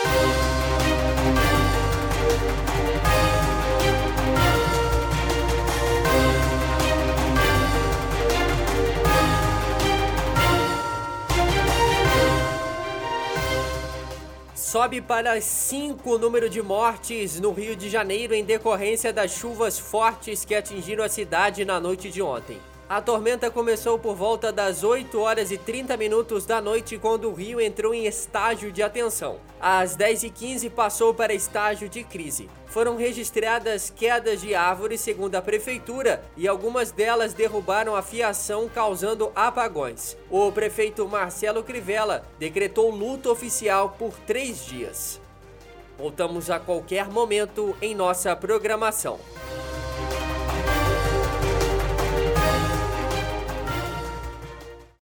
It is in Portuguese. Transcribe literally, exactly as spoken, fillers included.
Sobe para cinco o número de mortes no Rio de Janeiro em decorrência das chuvas fortes que atingiram a cidade na noite de ontem. A tormenta começou por volta das oito horas e trinta minutos da noite, quando o rio entrou em estágio de atenção. Às dez e quinze passou para estágio de crise. Foram registradas quedas de árvores, segundo a prefeitura, e algumas delas derrubaram a fiação, causando apagões. O prefeito Marcelo Crivella decretou luto oficial por três dias. Voltamos a qualquer momento em nossa programação.